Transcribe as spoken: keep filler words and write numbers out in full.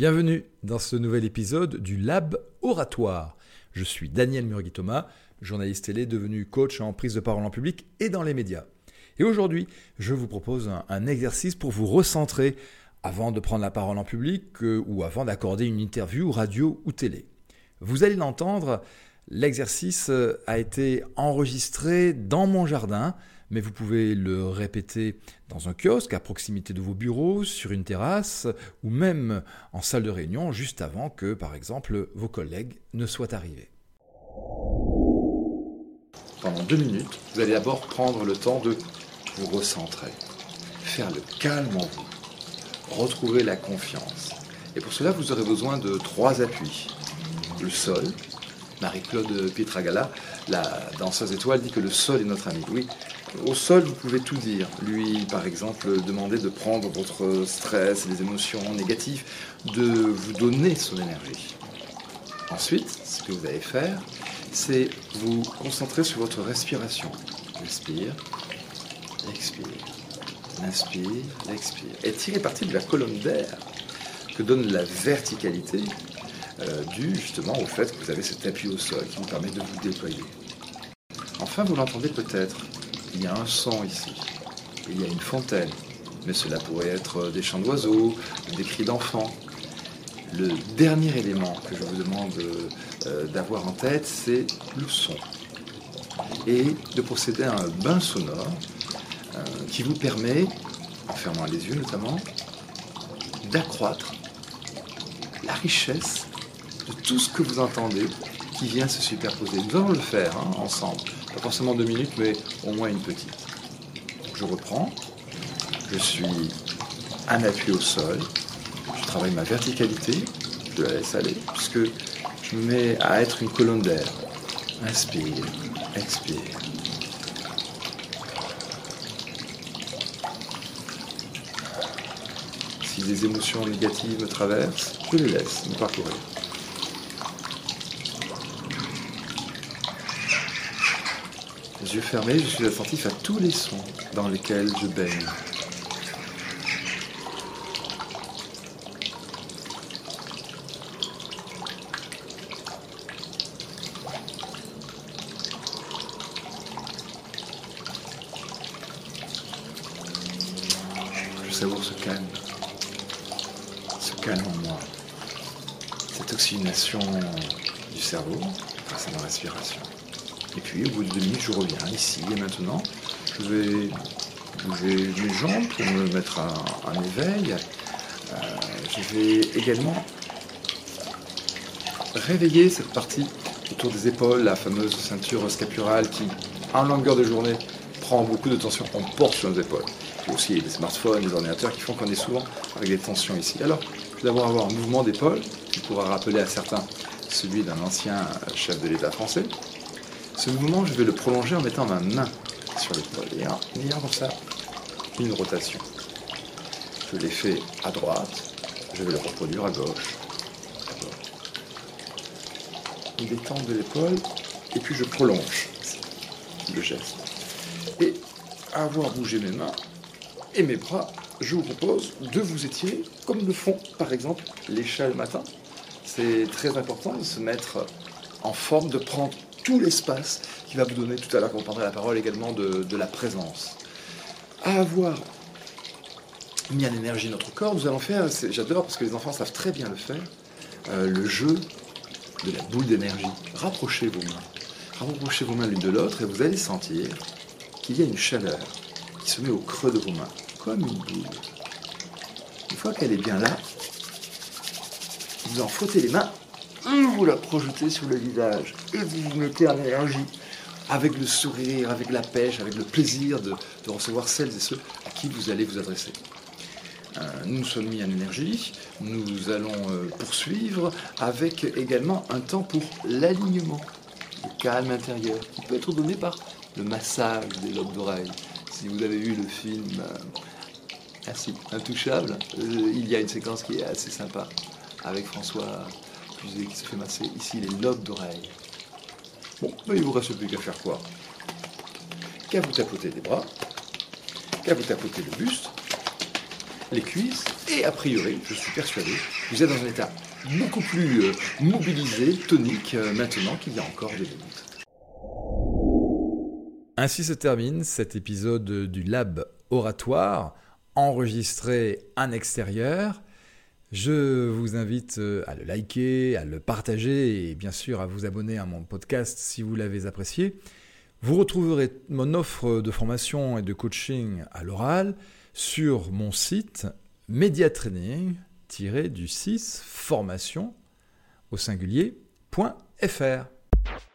Bienvenue dans ce nouvel épisode du Lab Oratoire. Je suis Daniel Murgui-Thomas, journaliste télé devenu coach en prise de parole en public et dans les médias. Et aujourd'hui, je vous propose un, un exercice pour vous recentrer avant de prendre la parole en public euh, ou avant d'accorder une interview radio ou télé. Vous allez l'entendre, l'exercice a été enregistré dans mon jardin, mais vous pouvez le répéter dans un kiosque à proximité de vos bureaux, sur une terrasse ou même en salle de réunion juste avant que, par exemple, vos collègues ne soient arrivés. Pendant deux minutes, vous allez d'abord prendre le temps de vous recentrer, faire le calme en vous, retrouver la confiance. Et pour cela, vous aurez besoin de trois appuis. Le sol. Marie-Claude Pietragala, la danseuse étoile, dit que le sol est notre ami. Oui, au sol, vous pouvez tout dire. Lui, par exemple, demander de prendre votre stress et les émotions négatives, de vous donner son énergie. Ensuite, ce que vous allez faire, c'est vous concentrer sur votre respiration. Respire, expire, inspire, expire. Et tirez parti de la colonne d'air que donne la verticalité, Euh, dû justement au fait que vous avez cet appui au sol qui vous permet de vous déployer. Enfin, vous l'entendez peut-être, il y a un son ici, il y a une fontaine, mais cela pourrait être des chants d'oiseaux, des cris d'enfants. Le dernier élément que je vous demande euh, d'avoir en tête, c'est le son. Et de procéder à un bain sonore euh, qui vous permet, en fermant les yeux notamment, d'accroître la richesse de tout ce que vous entendez qui vient se superposer. Nous allons le faire hein, ensemble. Pas forcément deux minutes, mais au moins une petite. Donc je reprends. Je suis un appui au sol. Je travaille ma verticalité. Je la laisse aller, puisque je me mets à être une colonne d'air. Inspire, expire. Si des émotions négatives me traversent, je les laisse me parcourir. Les yeux fermés, je suis attentif à tous les sons dans lesquels je baigne. Je savoure ce calme, ce calme en moi, cette oxygénation du cerveau grâce à ma respiration. Et puis, au bout de deux minutes, je reviens ici et maintenant. Je vais bouger mes jambes pour me mettre en, en éveil. Euh, je vais également réveiller cette partie autour des épaules, la fameuse ceinture scapurale qui, en longueur de journée, prend beaucoup de tension. On porte sur nos épaules. Il y a aussi les smartphones, les ordinateurs qui font qu'on est souvent avec des tensions ici. Alors, je vais d'abord avoir un mouvement d'épaule qui pourra rappeler à certains celui d'un ancien chef de l'État français. Ce mouvement, je vais le prolonger en mettant ma main sur l'épaule et en ayant comme ça une rotation. Je l'ai fait à droite, je vais le reproduire à gauche. Une détente de l'épaule et puis je prolonge le geste. Et à avoir bougé mes mains et mes bras, je vous propose de vous étirer comme le font par exemple les chats le matin. C'est très important de se mettre en forme, de prendre tout l'espace qui va vous donner, tout à l'heure quand vous prendrez la parole, également de, de la présence. À avoir mis en énergie notre corps, nous allons faire, j'adore parce que les enfants savent très bien le faire, euh, le jeu de la boule d'énergie. Rapprochez vos mains. Rapprochez vos mains l'une de l'autre et vous allez sentir qu'il y a une chaleur qui se met au creux de vos mains, comme une boule. Une fois qu'elle est bien là, vous en frottez les mains, vous la projetez sur le visage et vous vous mettez en énergie avec le sourire, avec la pêche, avec le plaisir de, de recevoir celles et ceux à qui vous allez vous adresser. Euh, nous nous sommes mis en énergie, nous allons euh, poursuivre avec également un temps pour l'alignement, le calme intérieur qui peut être donné par le massage des lobes d'oreilles. Si vous avez vu le film euh, assez intouchable, euh, il y a une séquence qui est assez sympa avec François qui se fait masser ici les lobes d'oreilles. Bon, ben il vous reste plus qu'à faire quoi? Qu'à vous tapoter les bras, qu'à vous tapoter le buste, les cuisses, et a priori, je suis persuadé, vous êtes dans un état beaucoup plus euh, mobilisé, tonique, euh, maintenant qu'il y a encore deux minutes. Ainsi se termine cet épisode du Lab Oratoire, enregistré en extérieur. Je vous invite à le liker, à le partager et bien sûr à vous abonner à mon podcast si vous l'avez apprécié. Vous retrouverez mon offre de formation et de coaching à l'oral sur mon site mediatraining du six formation au singulier point f r.